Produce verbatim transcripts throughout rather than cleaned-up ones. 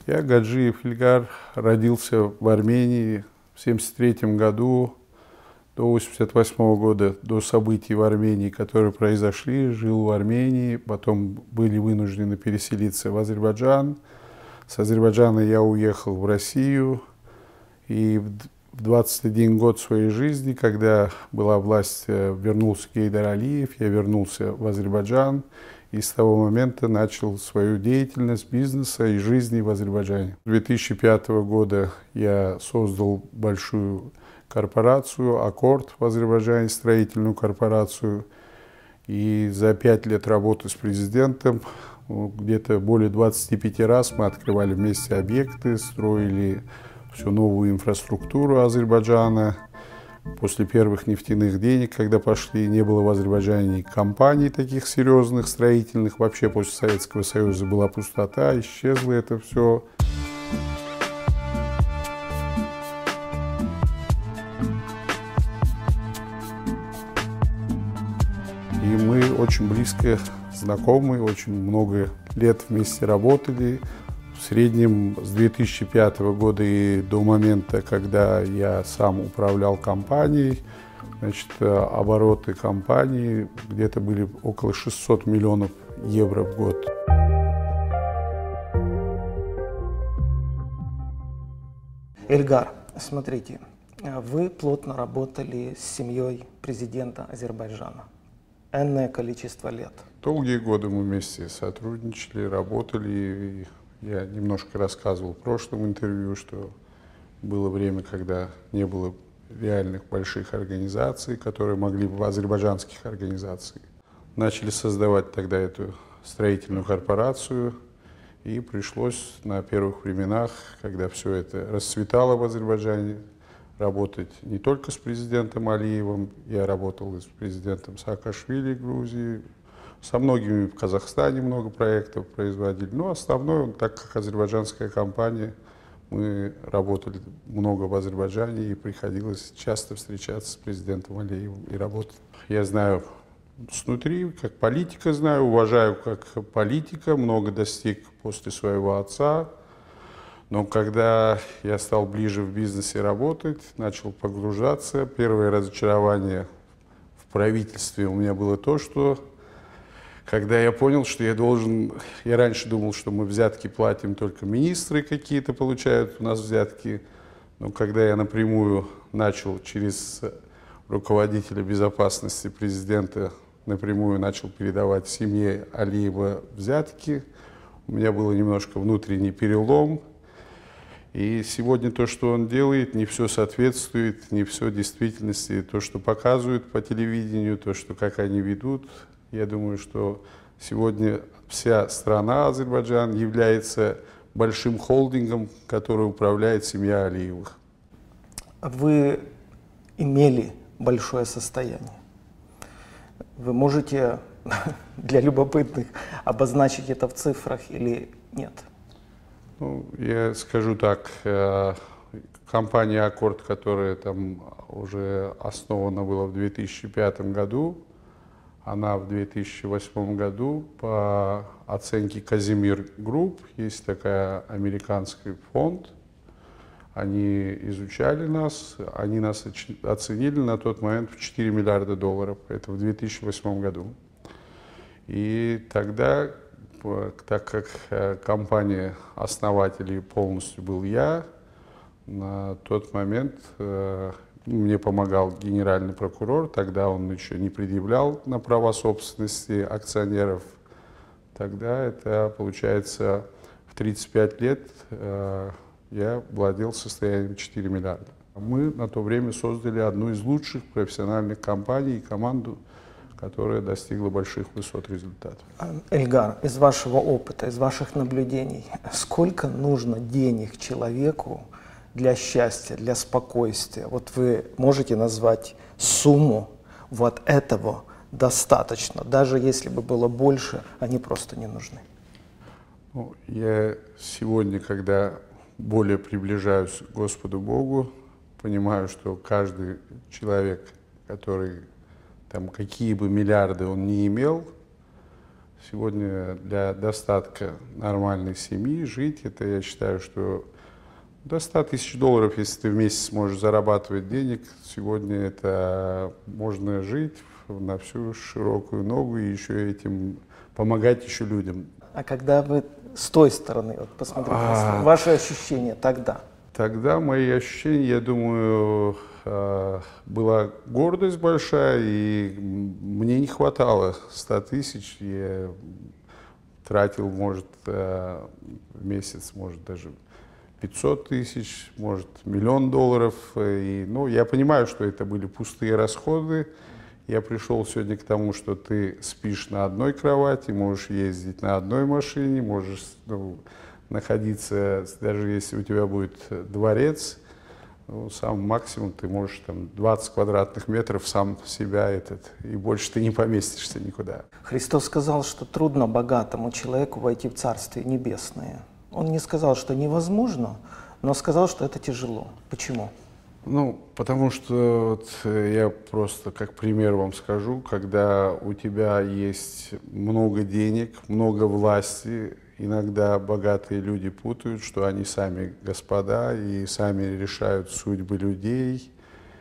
Я, Гаджиев Ильгар, родился в Армении в семьдесят третьем году, до восемьдесят восьмого года, до событий в Армении, которые произошли, жил в Армении, потом были вынуждены переселиться в Азербайджан. С Азербайджана я уехал в Россию, и в двадцать один год своей жизни, когда была власть, вернулся Гейдар Алиев, я вернулся в Азербайджан и с того момента начал свою деятельность бизнеса и жизни в Азербайджане. С две тысячи пятого года я создал большую корпорацию «Аккорд» в Азербайджане, строительную корпорацию, и за пять лет работы с президентом где-то более двадцати пяти раз мы открывали вместе объекты, строили всю новую инфраструктуру Азербайджана. После первых нефтяных денег, когда пошли, не было в Азербайджане компаний таких серьезных, строительных. Вообще после Советского Союза была пустота, исчезло это все. И мы очень близко знакомы, очень много лет вместе работали. В среднем с две тысячи пятого года и до момента, когда я сам управлял компанией, значит, обороты компании где-то были около шестисот миллионов евро в год. Ильгар, смотрите, вы плотно работали с семьей президента Азербайджана. Энное количество лет. Долгие годы мы вместе сотрудничали, работали. Я немножко рассказывал в прошлом интервью, что было время, когда не было реальных больших организаций, которые могли бы, азербайджанских организаций. Начали создавать тогда эту строительную корпорацию, и пришлось на первых временах, когда все это расцветало в Азербайджане, работать не только с президентом Алиевым, я работал и с президентом Саакашвили Грузии, со многими в Казахстане много проектов производили, но основное, так как азербайджанская компания, мы работали много в Азербайджане и приходилось часто встречаться с президентом Алиевым и работать. Я знаю снутри, как политика знаю, уважаю как политика, много достиг после своего отца, но когда я стал ближе в бизнесе работать, начал погружаться, первое разочарование в правительстве у меня было то, что когда я понял, что я должен, я раньше думал, что мы взятки платим, только министры какие-то получают у нас взятки, но когда я напрямую начал через руководителя безопасности президента, напрямую начал передавать семье Алиева взятки, у меня был немножко внутренний перелом, и сегодня то, что он делает, не все соответствует, не все действительности, то, что показывают по телевидению, то, что как они ведут. Я думаю, что сегодня вся страна Азербайджан является большим холдингом, который управляет семья Алиевых. Вы имели большое состояние. Вы можете для любопытных обозначить это в цифрах или нет? Ну, я скажу так, компания «Аккорд», которая там уже основана была в две тысячи пятом году, она в две тысячи восьмом году по оценке Казимир Групп, есть такой американский фонд, они изучали нас, они нас оценили на тот момент в четыре миллиарда долларов, это в две тысячи восьмом году. И тогда, так как компания основателей полностью был я, на тот момент мне помогал генеральный прокурор, тогда он еще не предъявлял на права собственности акционеров. Тогда это, получается, в тридцать пять лет э, я владел состоянием четыре миллиарда. Мы на то время создали одну из лучших профессиональных компаний и команду, которая достигла больших высот результатов. Ильгар, из вашего опыта, из ваших наблюдений, сколько нужно денег человеку для счастья, для спокойствия? Вот вы можете назвать сумму, вот этого достаточно, даже если бы было больше, они просто не нужны. Ну, я сегодня, когда более приближаюсь к Господу Богу, понимаю, что каждый человек, который там какие бы миллиарды он ни имел, Сегодня для достатка нормальной семьи жить, это я считаю, что до ста тысяч долларов, если ты в месяц можешь зарабатывать денег, сегодня это можно жить на всю широкую ногу и еще этим помогать еще людям. А когда вы с той стороны, вот посмотрите, а... ваши ощущения тогда? Тогда мои ощущения, я думаю, была гордость большая, и мне не хватало ста тысяч, я тратил, может, в месяц, может, даже пятьсот тысяч, может, миллион долларов. И, ну, я понимаю, что это были пустые расходы. Я пришел сегодня к тому, что ты спишь на одной кровати, можешь ездить на одной машине, можешь, ну, находиться, даже если у тебя будет дворец, ну, самый максимум ты можешь там двадцать квадратных метров сам себя этот, и больше ты не поместишься никуда. Христос сказал, что трудно богатому человеку войти в Царствие Небесное. Он не сказал, что невозможно, но сказал, что это тяжело. Почему? Ну, потому что вот я просто как пример вам скажу, когда у тебя есть много денег, много власти, иногда богатые люди путают, что они сами господа и сами решают судьбы людей,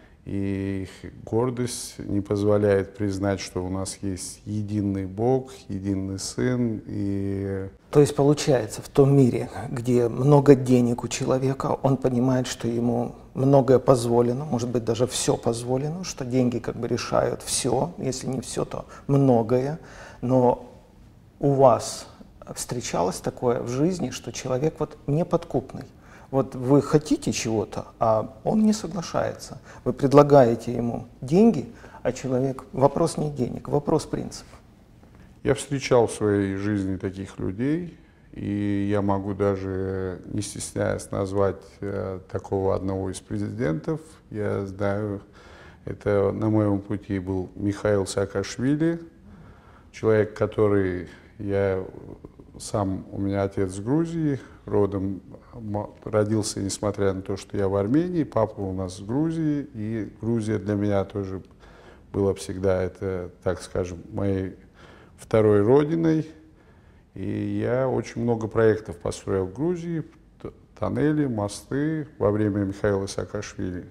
и их гордость не позволяет признать, что у нас есть единый Бог, единый Сын. И... То есть получается, в том мире, где много денег у человека, он понимает, что ему многое позволено, может быть, даже все позволено, что деньги как бы решают все, если не все, то многое. Но у вас встречалось такое в жизни, что человек вот неподкупный. Вот вы хотите чего-то, а он не соглашается. Вы предлагаете ему деньги, а человек... Вопрос не денег, вопрос принципа. Я встречал в своей жизни таких людей, и я могу даже, не стесняясь, назвать э, такого одного из президентов. Я знаю, это на моем пути был Михаил Саакашвили, человек, который... я сам, у меня отец с Грузии, родом родился, несмотря на то, что я в Армении, папа у нас с Грузии, и Грузия для меня тоже была всегда, это, так скажем, моей второй родиной. И я очень много проектов построил в Грузии, тоннели, мосты во время Михаила Саакашвили.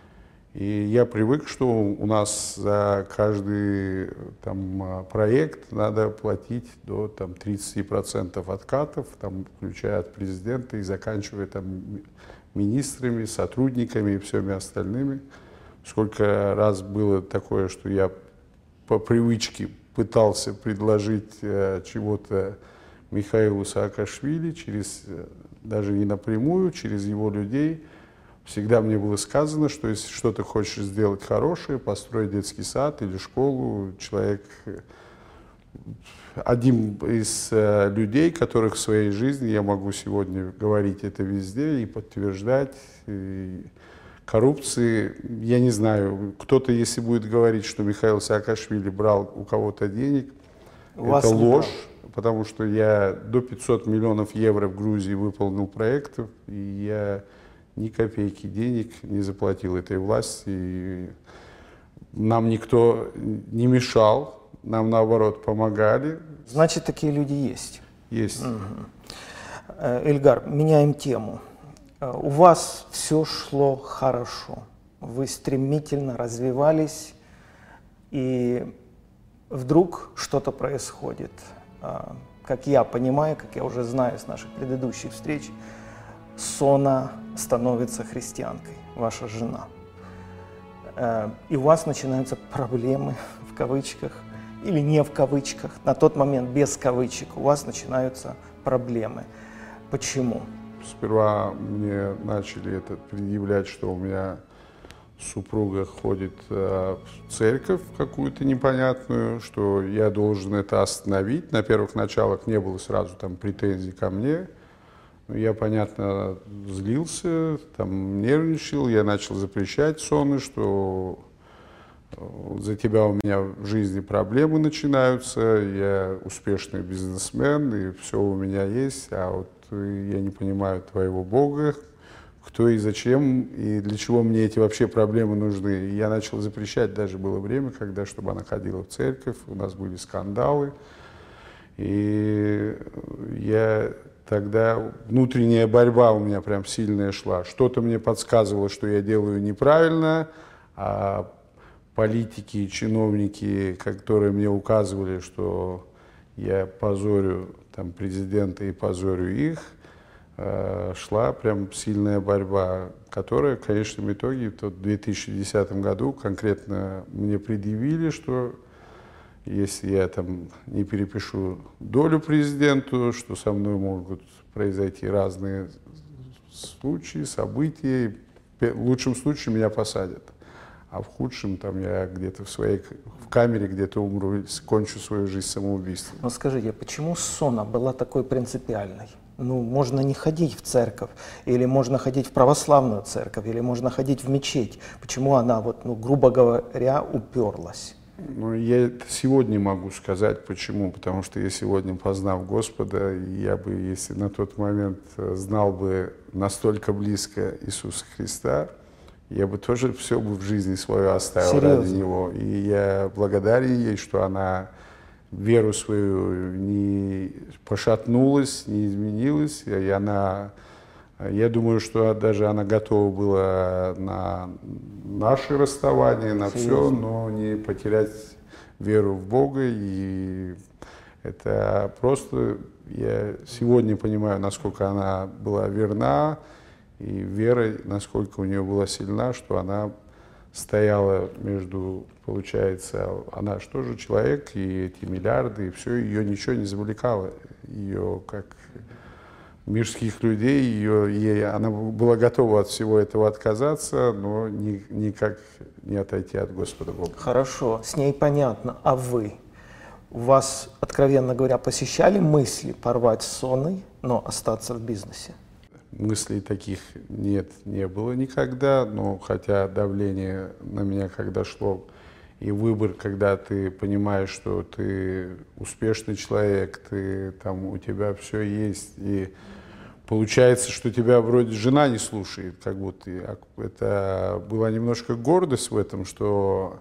И я привык, что у нас за каждый там, проект надо платить до там, тридцати процентов откатов, там, включая от президента и заканчивая там, министрами, сотрудниками и всеми остальными. Сколько раз было такое, что я по привычке пытался предложить э, чего-то Михаилу Саакашвили, через, даже не напрямую, через его людей. Всегда мне было сказано, что если что-то хочешь сделать хорошее, построить детский сад или школу, человек, один из э, людей, которых в своей жизни я могу сегодня говорить это везде и подтверждать. И коррупции, я не знаю, кто-то, если будет говорить, что Михаил Саакашвили брал у кого-то денег, у это ложь, потому что я до пятисот миллионов евро в Грузии выполнил проектов, и я ни копейки денег не заплатил этой власти. И нам никто не мешал, нам наоборот помогали. Значит, такие люди есть? Есть. Угу. Эльгар, меняем тему. У вас все шло хорошо, вы стремительно развивались, и вдруг что-то происходит. Как я понимаю, как я уже знаю с наших предыдущих встреч, Сона становится христианкой, ваша жена. И у вас начинаются проблемы, в кавычках, или не в кавычках, на тот момент без кавычек, у вас начинаются проблемы. Почему? Сперва мне начали это предъявлять, что у меня супруга ходит в церковь какую-то непонятную, что я должен это остановить. На первых началах не было сразу там претензий ко мне. Я, понятно, злился, там, нервничал, я начал запрещать Соны, что за тебя у меня в жизни проблемы начинаются, я успешный бизнесмен, и все у меня есть, а вот я не понимаю твоего Бога, кто и зачем, и для чего мне эти вообще проблемы нужны. И я начал запрещать, даже было время, когда, чтобы она ходила в церковь, у нас были скандалы. И я тогда, внутренняя борьба у меня прям сильная шла. Что-то мне подсказывало, что я делаю неправильно, а политики и чиновники, которые мне указывали, что я позорю там президента и позорю их, шла прям сильная борьба, которая в конечном итоге в две тысячи десятом году конкретно мне предъявили, что если я там не перепишу долю президенту, что со мной могут произойти разные случаи, события. В лучшем случае меня посадят, а в худшем там я где-то в своей в камере где-то умру, кончу свою жизнь самоубийством. Но скажите, почему Сона была такой принципиальной? Ну, можно не ходить в церковь, или можно ходить в православную церковь, или можно ходить в мечеть. Почему она, вот, ну, грубо говоря, уперлась? Ну, я это сегодня могу сказать, почему. Потому что я сегодня, познав Господа, я бы, если на тот момент знал бы настолько близко Иисуса Христа, я бы тоже все бы в жизни свою оставил. Серьезно? Ради Него. И я благодарен ей, что она веру свою не пошатнулась, не изменилась. И она, я думаю, что даже она готова была на наше расставание, на все, но не потерять веру в Бога. И это просто, я сегодня понимаю, насколько она была верна, и вера, насколько у нее была сильна, что она стояла между, получается, она же тоже человек, и эти миллиарды, и все, ее ничего не завлекало. Ее, как мирских людей, ее, ей, она была готова от всего этого отказаться, но ни, никак не отойти от Господа Бога. Хорошо, с ней понятно. А вы? У вас, откровенно говоря, посещали мысли порвать с Соной, но остаться в бизнесе? Мыслей таких нет, не было никогда, но хотя давление на меня когда шло, и выбор, когда ты понимаешь, что ты успешный человек, ты, там, у тебя все есть, и получается, что тебя вроде жена не слушает, как будто. Это была немножко гордость в этом, что...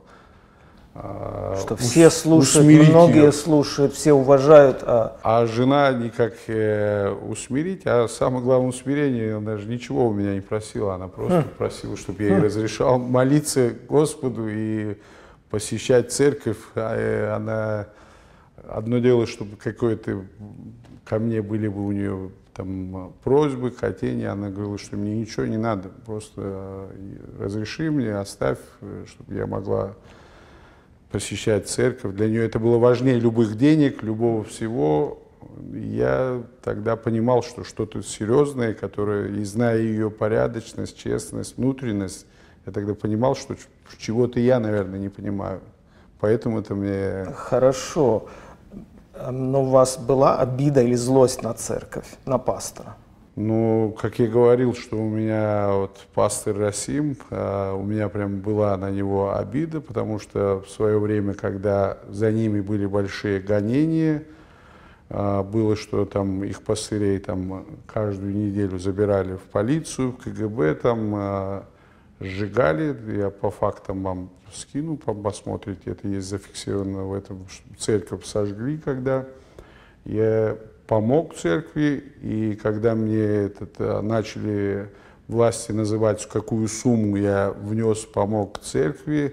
Что все слушают, многие ее. слушают, все уважают. А, а жена никак э, усмирить, а самое главное усмирение, она даже ничего у меня не просила, она просто хм. просила, чтобы я ей разрешал молиться Господу и посещать церковь. А она, одно дело, чтобы какое-то ко мне были бы у нее там просьбы, хотения, она говорила, что мне ничего не надо, просто разреши мне, оставь, чтобы я могла посещать церковь. Для нее это было важнее любых денег, любого всего. Я тогда понимал, что что-то серьезное, которое, и зная ее порядочность, честность, внутренность, я тогда понимал, что чего-то я, наверное, не понимаю. Поэтому это мне... Хорошо. Но у вас была обида или злость на церковь, на пастора? Ну, как я говорил, что у меня вот пастор Расим, а, у меня прям была на него обида, потому что в свое время, когда за ними были большие гонения, а, было, что там их пастырей там каждую неделю забирали в полицию, в ка гэ бэ, там а, сжигали. Я по фактам вам скину, посмотрите, это есть зафиксировано в этом, церковь сожгли, когда я помог церкви, и когда мне этот, начали власти называть, какую сумму я внес, помог церкви,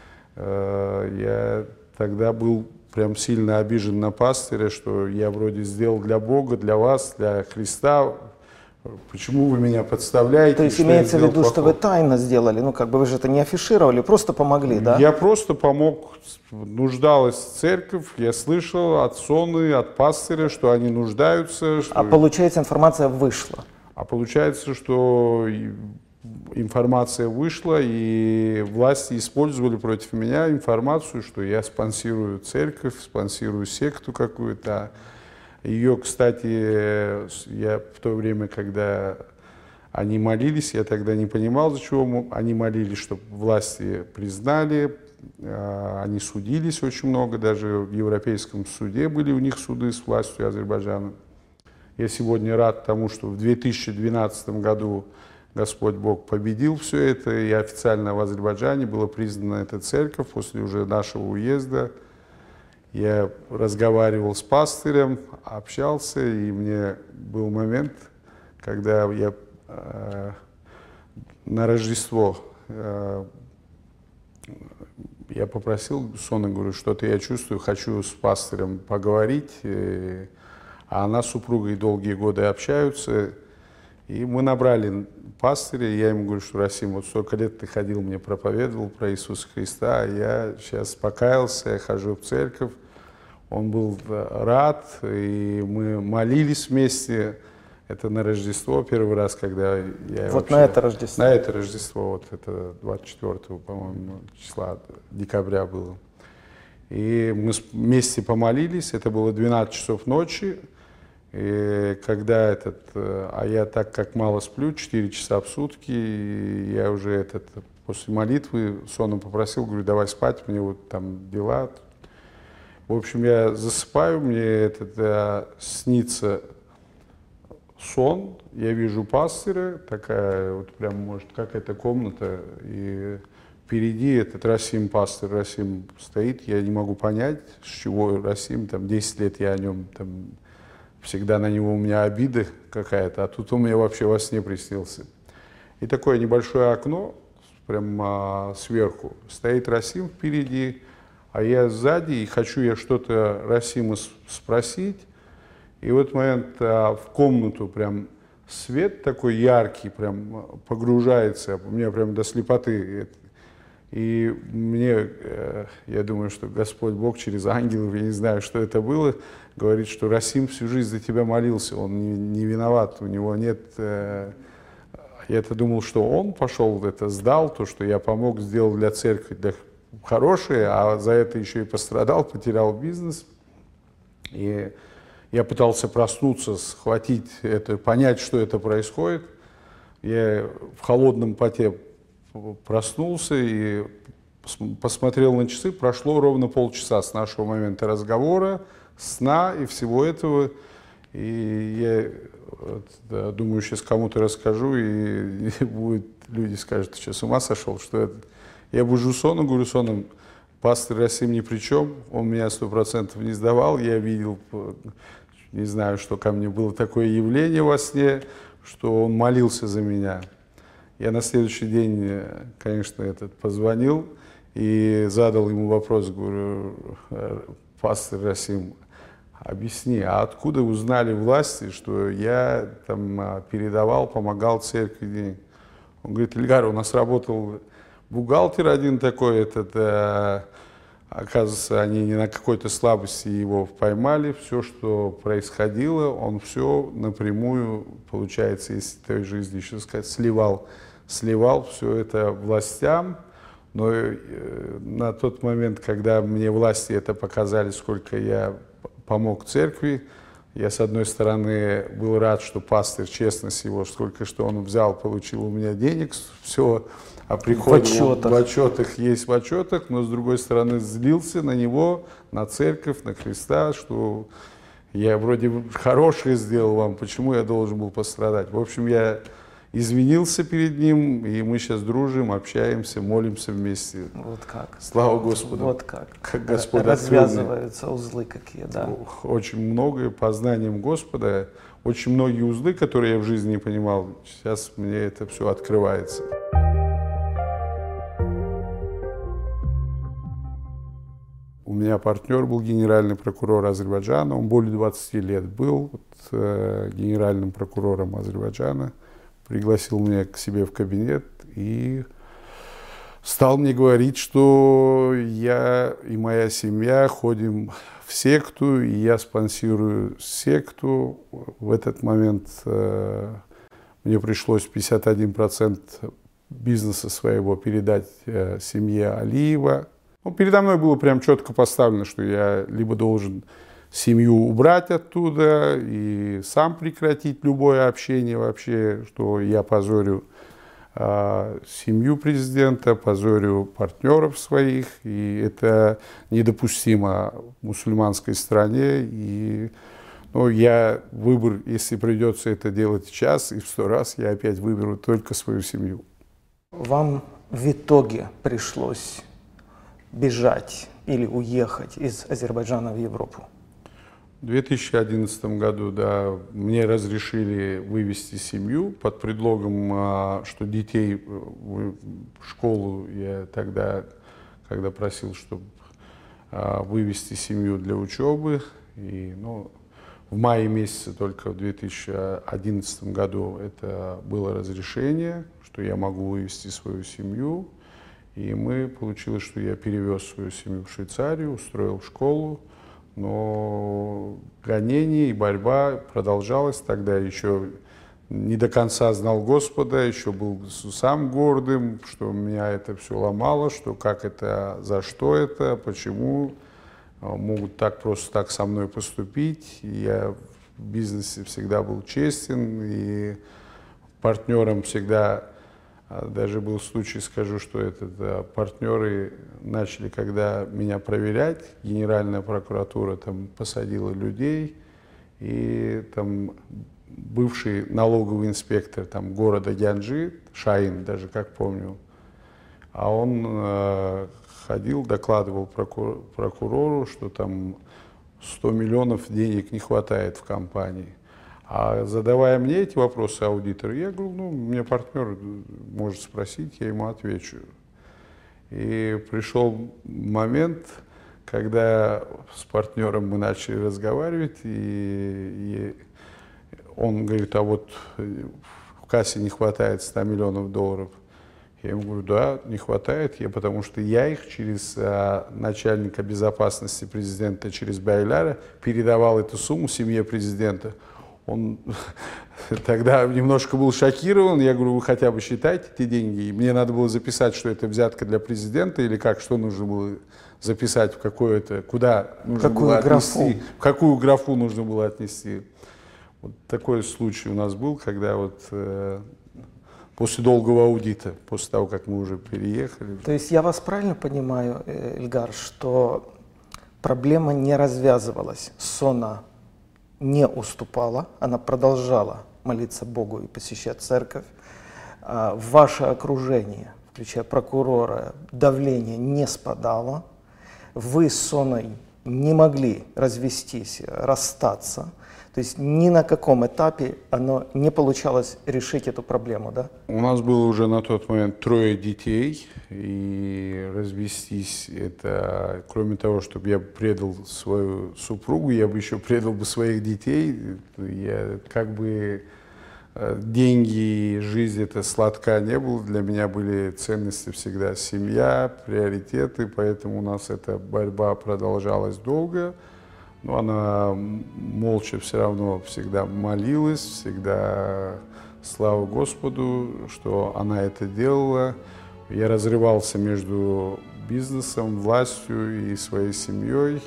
э, я тогда был прям сильно обижен на пастыря, что я вроде сделал для Бога, для вас, для Христа. Почему вы меня подставляете? То есть имеется в виду, что вы тайно сделали, ну как бы вы же это не афишировали, просто помогли, да? Я просто помог, нуждалась церковь, я слышал от Соны, от пастыря, что они нуждаются. Что... А получается, информация вышла? А получается, что информация вышла, и власти использовали против меня информацию, что я спонсирую церковь, спонсирую секту какую-то. Ее, кстати, я в то время, когда они молились, я тогда не понимал, за чего они молились, чтобы власти признали, они судились очень много, даже в Европейском суде были у них суды с властью Азербайджана. Я сегодня рад тому, что в две тысячи двенадцатом году Господь Бог победил все это, и официально в Азербайджане была признана эта церковь после уже нашего уезда. я разговаривал с пастырем, общался, и мне был момент, когда я э, на Рождество э, я попросил Сона, говорю, что-то я чувствую, хочу с пастырем поговорить. И, а она с супругой долгие годы общаются. И мы набрали пастыря, и я ему говорю, что Расим, вот столько лет ты ходил, мне проповедовал про Иисуса Христа, а я сейчас покаялся, я хожу в церковь. Он был рад, и мы молились вместе. Это на Рождество первый раз, когда я Вот вообще, на это Рождество. На это Рождество, вот это двадцать четвёртого, по-моему, числа декабря было. И мы вместе помолились, это было двенадцать часов ночи. И когда этот, а я так как мало сплю, четыре часа в сутки, и я уже этот, после молитвы Сона попросил, говорю, давай спать, мне вот там дела. В общем, я засыпаю, мне этот, а, снится сон, я вижу пастыря, такая вот прям, может, какая-то комната, и впереди этот Расим, пастырь Расим стоит, я не могу понять, с чего Расим, там десять лет я о нем, там, всегда на него у меня обида какая-то, а тут он мне вообще во сне приснился. И такое небольшое окно, прямо а, сверху, стоит Расим впереди, а я сзади, и хочу я что-то Расима спросить. И в этот момент а, в комнату прям свет такой яркий, прям погружается, у меня прям до слепоты. И мне, я думаю, что Господь Бог через ангелов, я не знаю, что это было, говорит, что Расим всю жизнь за тебя молился, он не, не виноват, у него нет... Я-то думал, что он пошел, это сдал, то, что я помог, сделал для церкви для хорошее, а за это еще и пострадал, потерял бизнес. И я пытался проснуться, схватить это, понять, что это происходит. Я в холодном поте проснулся и посмотрел на часы. Прошло ровно полчаса с нашего момента разговора, сна и всего этого. И я вот, да, думаю, сейчас кому-то расскажу, и, и будет, люди скажут, ты что, с ума сошел? Что это? Я бужу Сону, говорю, Сону, пастор Расим ни при чем, он меня сто процентов не сдавал, я видел, не знаю, что ко мне было такое явление во сне, что он молился за меня. Я на следующий день, конечно, этот позвонил и задал ему вопрос, говорю, пастор Расим, объясни, а откуда узнали власти, что я там передавал, помогал церкви денег? Он говорит, Ильгар, у нас работал бухгалтер один такой, этот, э, оказывается, они не на какой-то слабости его поймали, все, что происходило, он все напрямую, получается, из той жизни, еще сказать, сливал, сливал все это властям. Но э, на тот момент, когда мне власти это показали, сколько я помог церкви, я, с одной стороны, был рад, что пастырь, честность его, сколько что он взял, получил у меня денег, все, а приход в, в отчетах есть в отчетах, но, с другой стороны, злился на него, на церковь, на Христа, что я вроде хорошее сделал вам, почему я должен был пострадать. В общем, я извинился перед ним, и мы сейчас дружим, общаемся, молимся вместе. Вот как. Слава Господу. Вот как. Как Господь развязываются узлы какие, да. Очень многое по знаниям Господа, очень многие узлы, которые я в жизни не понимал, сейчас мне это все открывается. У меня партнер был генеральный прокурор Азербайджана, он более двадцати лет был вот, э, генеральным прокурором Азербайджана. Пригласил меня к себе в кабинет и стал мне говорить, что я и моя семья ходим в секту, и я спонсирую секту. В этот момент э, мне пришлось пятьдесят один процент бизнеса своего передать э, семье Алиева. Ну, передо мной было прям четко поставлено, что я либо должен семью убрать оттуда и сам прекратить любое общение вообще, что я позорю э, семью президента, позорю партнеров своих, и это недопустимо в мусульманской стране. И ну, я выбор, если придется это делать сейчас и в сто раз, я опять выберу только свою семью. Вам в итоге пришлось бежать или уехать из Азербайджана в Европу? В две тысячи одиннадцатом году, да, мне разрешили вывести семью под предлогом, что детей в школу я тогда, когда просил, чтобы вывести семью для учебы. И, ну, в мае месяце только в две тысячи одиннадцатом году это было разрешение, что я могу вывести свою семью. И мы, получилось, что я перевез свою семью в Швейцарию, устроил в школу. Но гонение и борьба продолжалась. Тогда еще не до конца знал Господа, еще был сам гордым, что меня это все ломало, что как это, за что это, почему могут так просто так со мной поступить. Я в бизнесе всегда был честен, и партнерам всегда, даже был случай, скажу, что это да, партнеры начали, когда меня проверять, Генеральная прокуратура там посадила людей, и там бывший налоговый инспектор там, города Гянджи, Шаин, даже как помню, а он э, ходил, докладывал прокур, прокурору, что там сто миллионов денег не хватает в компании. А задавая мне эти вопросы аудитору, я говорю, ну, мне партнер может спросить, я ему отвечу. И пришел момент, когда с партнером мы начали разговаривать, и, и он говорит, а вот в кассе не хватает ста миллионов долларов. Я ему говорю, да, не хватает, я, потому что я их через а, начальника безопасности президента, через Байляра, передавал эту сумму семье президента. Он тогда немножко был шокирован. Я говорю, вы хотя бы считайте эти деньги. И мне надо было записать, что это взятка для президента, или как, что нужно было записать, в какое-то, куда нужно какую было графу? отнести, в какую графу нужно было отнести. Вот такой случай у нас был, когда вот э, после долгого аудита, после того, как мы уже переехали. То есть я вас правильно понимаю, Эльгар, что проблема не развязывалась, Сона не уступала, она продолжала молиться Богу и посещать церковь. В ваше окружение, включая прокурора, давление не спадало. Вы с Соной не могли развестись, расстаться. То есть ни на каком этапе оно не получалось решить эту проблему, да? У нас было уже на тот момент трое детей, и развестись это, кроме того, чтобы я предал свою супругу, я бы еще предал бы своих детей. Я как бы деньги и жизнь это сладка не было, для меня были ценности всегда семья, приоритеты, поэтому у нас эта борьба продолжалась долго. Но она молча все равно всегда молилась, всегда слава Господу, что она это делала. Я разрывался между бизнесом, властью и своей семьей.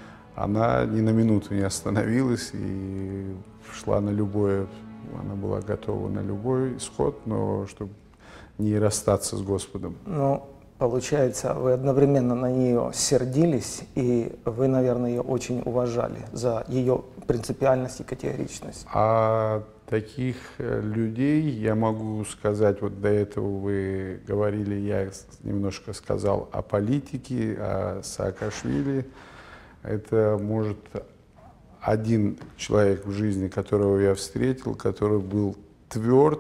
Она ни на минуту не остановилась и шла на любое, она была готова на любой исход, но чтобы не расстаться с Господом. Ну, получается, вы одновременно на нее сердились, и вы, наверное, ее очень уважали за ее принципиальность и категоричность. А таких людей я могу сказать, вот до этого вы говорили, я немножко сказал о политике, о Саакашвили. Это может один человек в жизни, которого я встретил, который был тверд,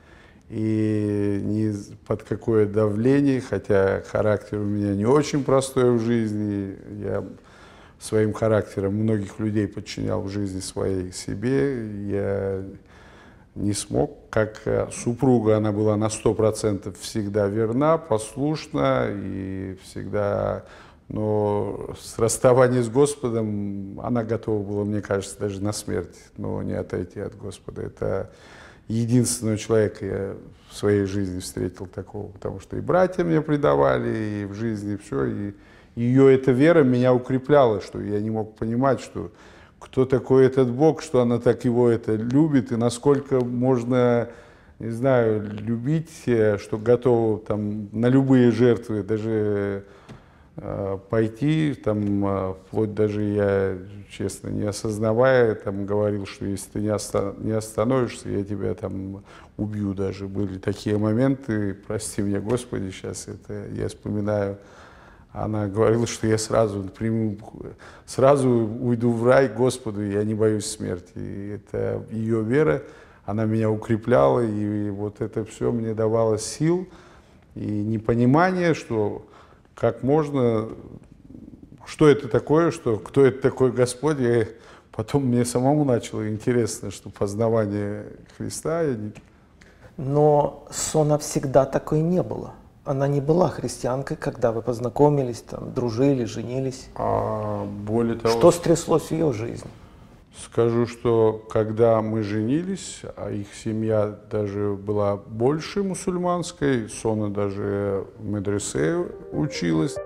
и ни под какое давление, хотя характер у меня не очень простой в жизни, я своим характером многих людей подчинял в жизни своей себе, я не смог, как супруга, она была на сто процентов всегда верна, послушна и всегда, но с расставанием с Господом она готова была, мне кажется, даже на смерть, но не отойти от Господа. Это единственного человека я в своей жизни встретил такого, потому что и братья меня предавали, и в жизни все, и ее эта вера меня укрепляла, что я не мог понимать, что кто такой этот Бог, что она так его это любит, и насколько можно, не знаю, любить, что готова там на любые жертвы, даже э, пойти, там, э, вплоть даже я, честно, не осознавая, там, говорил, что если ты не, оста не остановишься, я тебя там убью даже. Были такие моменты, прости меня, Господи, сейчас это я вспоминаю. она говорила, что я сразу приму, сразу уйду в рай к Господу, я не боюсь смерти. И это ее вера, она меня укрепляла, и вот это все мне давало сил и непонимание, что как можно, что это такое, что кто это такой Господь. Я, потом мне самому начало интересно, что познавание Христа. Я не... Но Сона всегда такой не было. Она не была христианкой, когда вы познакомились, там, дружили, женились. А более того, что стряслось в ее жизни? Скажу, что когда мы женились, а их семья даже была больше мусульманской, Сона даже в медресе училась.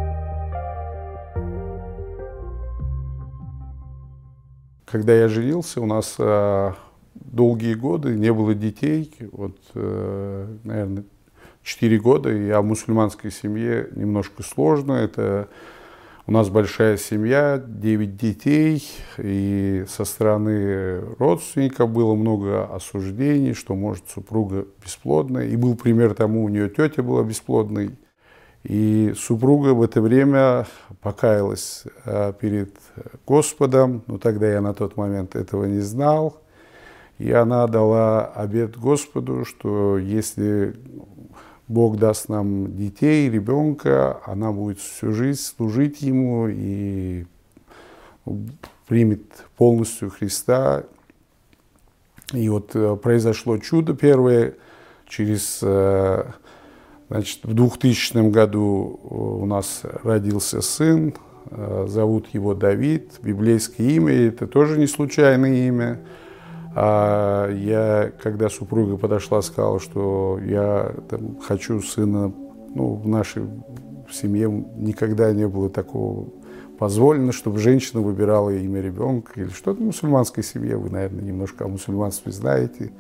Когда я женился, у нас а, долгие годы не было детей, вот, а, наверное, четыре года, и о мусульманской семье немножко сложно. Это у нас большая семья, девять детей, и со стороны родственников было много осуждений, что, может, супруга бесплодная. И был пример тому, у нее тетя была бесплодной. И супруга в это время покаялась перед Господом, но тогда я на тот момент этого не знал. И она дала обет Господу, что если Бог даст нам детей, ребенка, она будет всю жизнь служить Ему и примет полностью Христа. И вот произошло чудо первое. Через, значит, в двухтысячном году у нас родился сын, зовут его Давид, библейское имя, это тоже не случайное имя. А я, когда супруга подошла, сказала, что я там, хочу сына, ну, в нашей в семье никогда не было такого позволено, чтобы женщина выбирала имя ребенка или что-то в мусульманской семье, вы, наверное, немножко о мусульманстве знаете.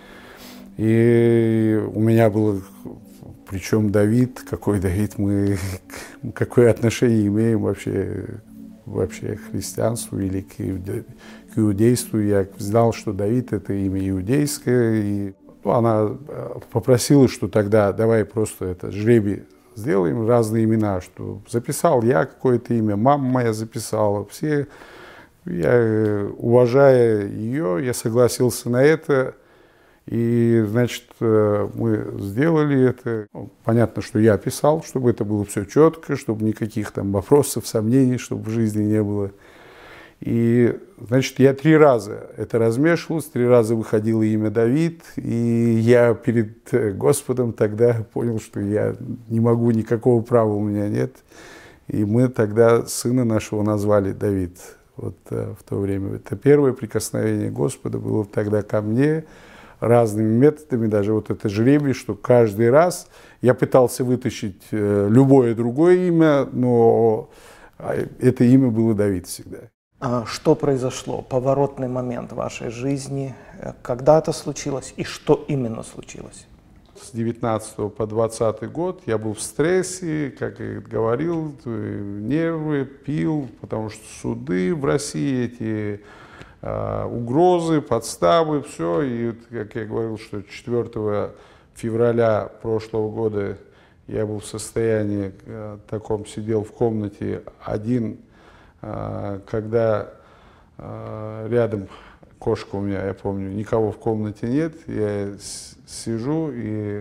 И у меня было, причем Давид, какой Давид, мы, какое отношение имеем вообще, вообще к христианству или к к иудейству. Я знал, что Давид – это имя иудейское. И, ну, она попросила, что тогда давай просто это жребий сделаем, разные имена. Что записал я какое-то имя, мама моя записала. Все, я, уважая ее, я согласился на это. И, значит, мы сделали это. Понятно, что я писал, чтобы это было все четко, чтобы никаких там вопросов, сомнений, чтобы в жизни не было. И, значит, я три раза это размешивалось, три раза выходило имя Давид, и я перед Господом тогда понял, что я не могу, никакого права у меня нет. И мы тогда сына нашего назвали Давид. Вот в то время. Это первое прикосновение Господа было тогда ко мне разными методами, даже вот это жребий, что каждый раз я пытался вытащить любое другое имя, но это имя было Давид всегда. А что произошло? Поворотный момент в вашей жизни? Когда это случилось и что именно случилось? С девятнадцатого по двадцатый год я был в стрессе, как я говорил, нервы, пил, потому что суды в России, эти э, угрозы, подставы, все. И, как я говорил, что четвёртого февраля прошлого года я был в состоянии э, таком, сидел в комнате один, когда рядом кошка у меня, я помню, никого в комнате нет, я сижу и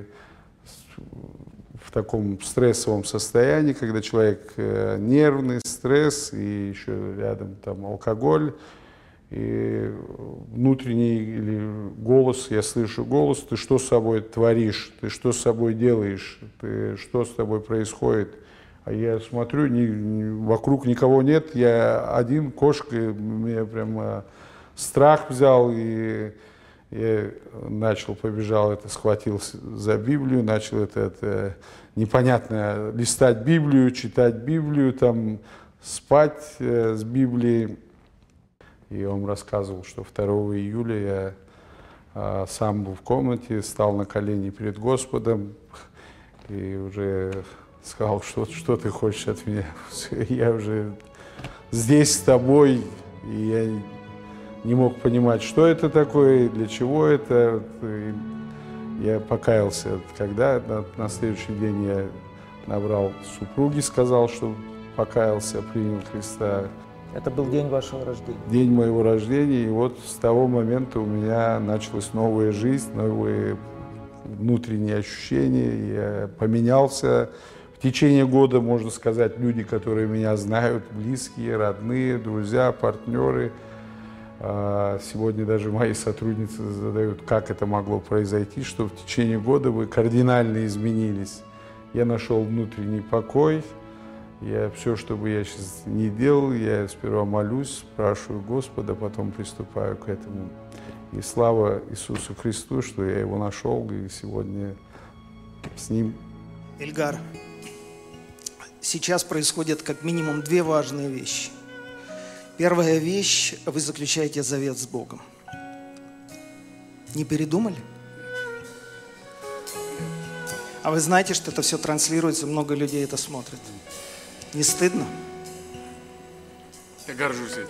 в таком стрессовом состоянии, когда человек нервный, стресс, и еще рядом там алкоголь, и внутренний или голос, я слышу голос: ты что с собой творишь, ты что с собой делаешь, ты, что с тобой происходит? А я смотрю, ни, ни, вокруг никого нет, я один, кошка, меня прям страх взял, и я начал, побежал, это, схватился за Библию, начал это, это непонятно, листать Библию, читать Библию, там, спать э, с Библией. И он рассказывал, что второго июля я э, сам был в комнате, стал на колени перед Господом, и уже сказал, что, что ты хочешь от меня. Я уже здесь с тобой, и я не мог понимать, что это такое, для чего это. И я покаялся, когда на, на следующий день я набрал супруги, сказал, что покаялся, принял Христа. Это был день вашего рождения? День моего рождения, и вот с того момента у меня началась новая жизнь, новые внутренние ощущения. Я поменялся. В течение года, можно сказать, люди, которые меня знают, близкие, родные, друзья, партнеры. Сегодня даже мои сотрудницы задают, как это могло произойти, что в течение года вы кардинально изменились. Я нашел внутренний покой. Я все, что бы я сейчас не делал, я сперва молюсь, спрашиваю Господа, потом приступаю к этому. И слава Иисусу Христу, что я его нашел, и сегодня с ним. Ильгар, сейчас происходят как минимум две важные вещи. Первая вещь, вы заключаете завет с Богом. Не передумали? А вы знаете, что это все транслируется, много людей это смотрит. Не стыдно? Я горжусь этим.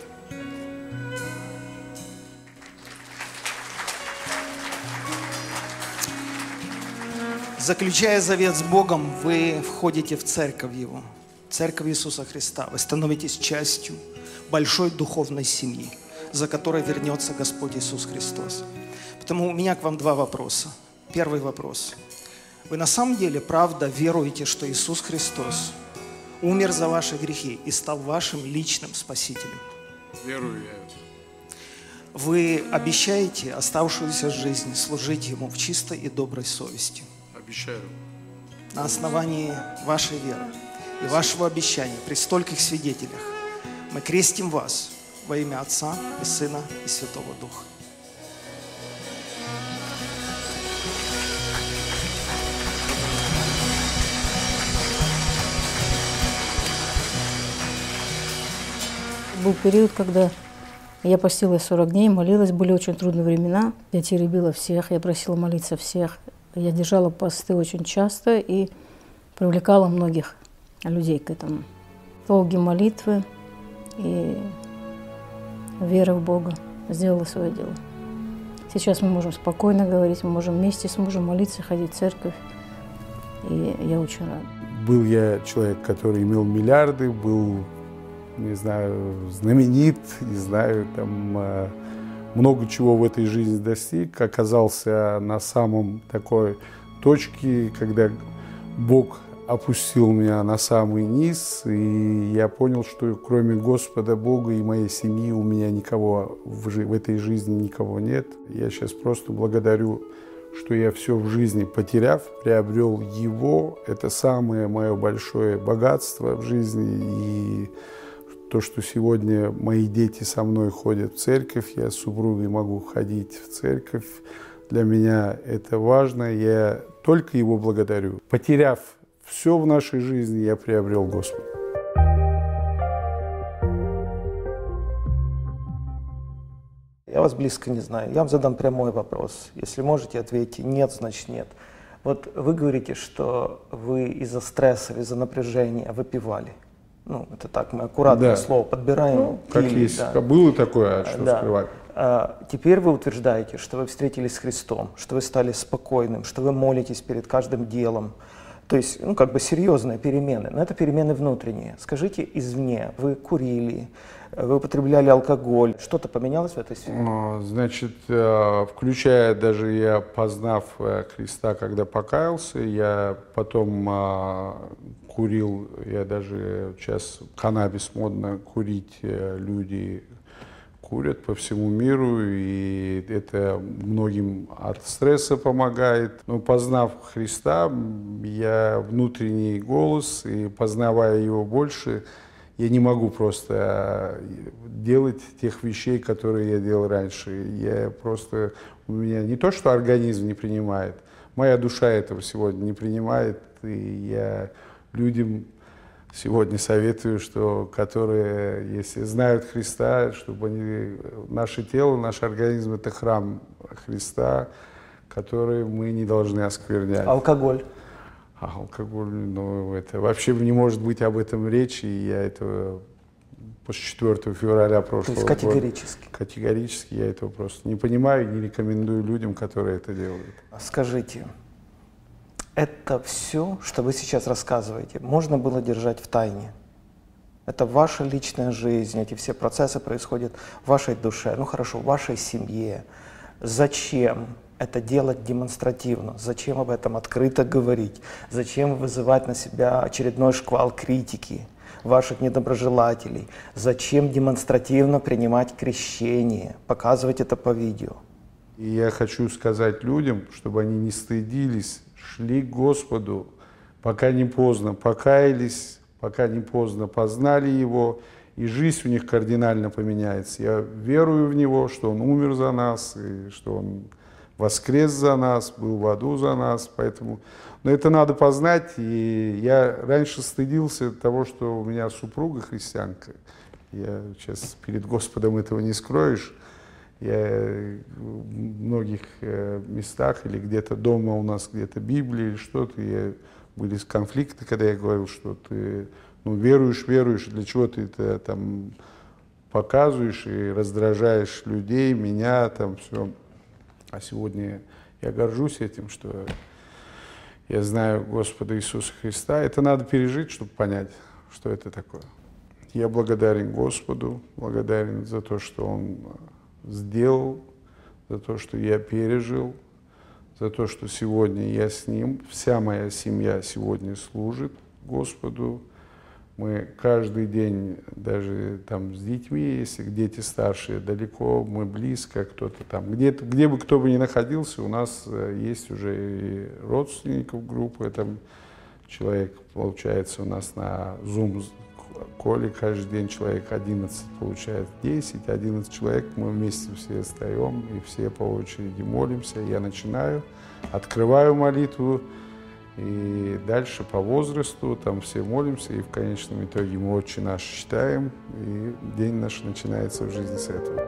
Заключая завет с Богом, вы входите в церковь Его, церковь Иисуса Христа. Вы становитесь частью большой духовной семьи, за которой вернется Господь Иисус Христос. Поэтому у меня к вам два вопроса. Первый вопрос. Вы на самом деле, правда, веруете, что Иисус Христос умер за ваши грехи и стал вашим личным спасителем? Верую я. Вы обещаете оставшуюся жизнь служить Ему в чистой и доброй совести? Обещаю. На основании вашей веры и вашего обещания при стольких свидетелях мы крестим вас во имя Отца и Сына и Святого Духа. Был период, когда я постилась сорок дней, молилась, были очень трудные времена. Я теребила всех, я просила молиться всех. Я держала посты очень часто и привлекала многих людей к этому. Долгие молитвы и вера в Бога сделала свое дело. Сейчас мы можем спокойно говорить, мы можем вместе с мужем молиться, ходить в церковь. И я очень рада. Был я человек, который имел миллиарды, был, не знаю, знаменит, не знаю, там много чего в этой жизни достиг. Оказался на самом такой точке, когда Бог опустил меня на самый низ, и я понял, что кроме Господа Бога и моей семьи у меня никого в, в этой жизни никого нет. Я сейчас просто благодарю, что я все в жизни потеряв, приобрел Его. Это самое мое большое богатство в жизни. И то, что сегодня мои дети со мной ходят в церковь, я с супругой могу ходить в церковь, для меня это важно. Я только Его благодарю. Потеряв все в нашей жизни, я приобрел Господа. Я вас близко не знаю. Я вам задам прямой вопрос. Если можете, ответьте «нет», значит «нет». Вот вы говорите, что вы из-за стресса, из-за напряжения выпивали. Ну, это так, мы аккуратное Да. слово подбираем. Ну, как пили, есть. да. Было такое, а что Да. скрывать? А, теперь вы утверждаете, что вы встретились с Христом, что вы стали спокойным, что вы молитесь перед каждым делом. То есть, ну, как бы серьезные перемены. Но это перемены внутренние. Скажите, извне, вы курили, вы употребляли алкоголь, что-то поменялось в этой сфере? Значит, включая даже я, познав Христа, когда покаялся, я потом курил, я даже сейчас каннабис модно курить, люди курят по всему миру, и это многим от стресса помогает. Но познав Христа, я внутренний голос, и познавая его больше, я не могу просто делать тех вещей, которые я делал раньше. Я просто, у меня не то, что организм не принимает, моя душа этого сегодня не принимает, и я людям сегодня советую, что которые, если знают Христа, чтобы они, наше тело, наш организм – это храм Христа, который мы не должны осквернять. Алкоголь? А алкоголь, ну, это вообще не может быть об этом речи, и я этого после четвёртого февраля прошлого То есть категорически? года, категорически я этого просто не понимаю и не рекомендую людям, которые это делают. Скажите, это все, что вы сейчас рассказываете, можно было держать в тайне. Это ваша личная жизнь, эти все процессы происходят в вашей душе, ну хорошо, в вашей семье. Зачем это делать демонстративно? Зачем об этом открыто говорить? Зачем вызывать на себя очередной шквал критики ваших недоброжелателей? Зачем демонстративно принимать крещение, показывать это по видео? И я хочу сказать людям, чтобы они не стыдились, шли к Господу, пока не поздно, покаялись, пока не поздно познали Его, и жизнь у них кардинально поменяется. Я верую в Него, что Он умер за нас, и что Он воскрес за нас, был в аду за нас, поэтому... Но это надо познать, и я раньше стыдился того, что у меня супруга христианка. Я сейчас перед Господом этого не скроешь. Я в многих местах или где-то дома у нас где-то Библия или что-то, я, были конфликты, когда я говорил, что ты ну, веруешь, веруешь, для чего ты это там показываешь и раздражаешь людей, меня, там все. А сегодня я горжусь этим, что я знаю Господа Иисуса Христа. Это надо пережить, чтобы понять, что это такое. Я благодарен Господу, благодарен за то, что Он сделал, за то, что я пережил, за то, что сегодня я с Ним. Вся моя семья сегодня служит Господу. Мы каждый день, даже там с детьми, если дети старшие далеко, мы близко, кто-то там, где, где бы кто бы ни находился, у нас есть уже и родственников группы, там человек, получается, у нас на Zoom коле каждый день человек одиннадцать, получается десять, одиннадцать человек, мы вместе все встаем и все по очереди молимся. Я начинаю, открываю молитву, и дальше по возрасту там все молимся, и в конечном итоге мы «Отче наш» читаем, и день наш начинается в жизни с этого.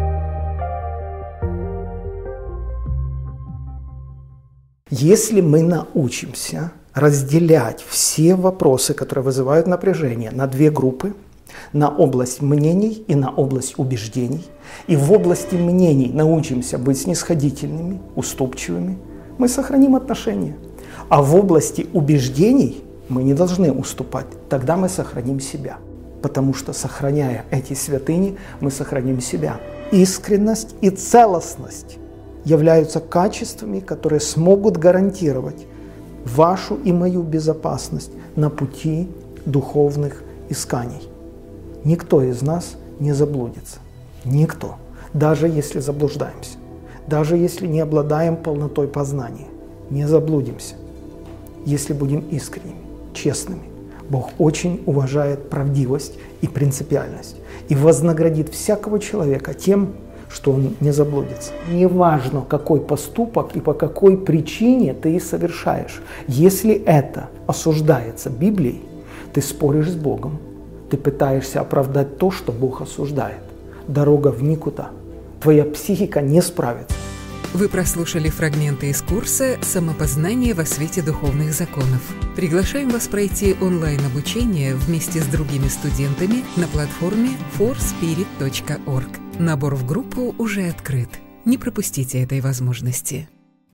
Если мы научимся разделять все вопросы, которые вызывают напряжение, на две группы, на область мнений и на область убеждений, и в области мнений научимся быть снисходительными, уступчивыми, мы сохраним отношения. А в области убеждений мы не должны уступать, тогда мы сохраним себя. Потому что, сохраняя эти святыни, мы сохраним себя. Искренность и целостность являются качествами, которые смогут гарантировать вашу и мою безопасность на пути духовных исканий. Никто из нас не заблудится. Никто. Даже если заблуждаемся. Даже если не обладаем полнотой познания. Не заблудимся, если будем искренними, честными. Бог очень уважает правдивость и принципиальность и вознаградит всякого человека тем, что он не заблудится. Неважно, какой поступок и по какой причине ты совершаешь. Если это осуждается Библией, ты споришь с Богом, ты пытаешься оправдать то, что Бог осуждает. Дорога в никуда. Твоя психика не справится. Вы прослушали фрагменты из курса «Самопознание во свете духовных законов». Приглашаем вас пройти онлайн-обучение вместе с другими студентами на платформе фор спирит точка орг. Набор в группу уже открыт. Не пропустите этой возможности.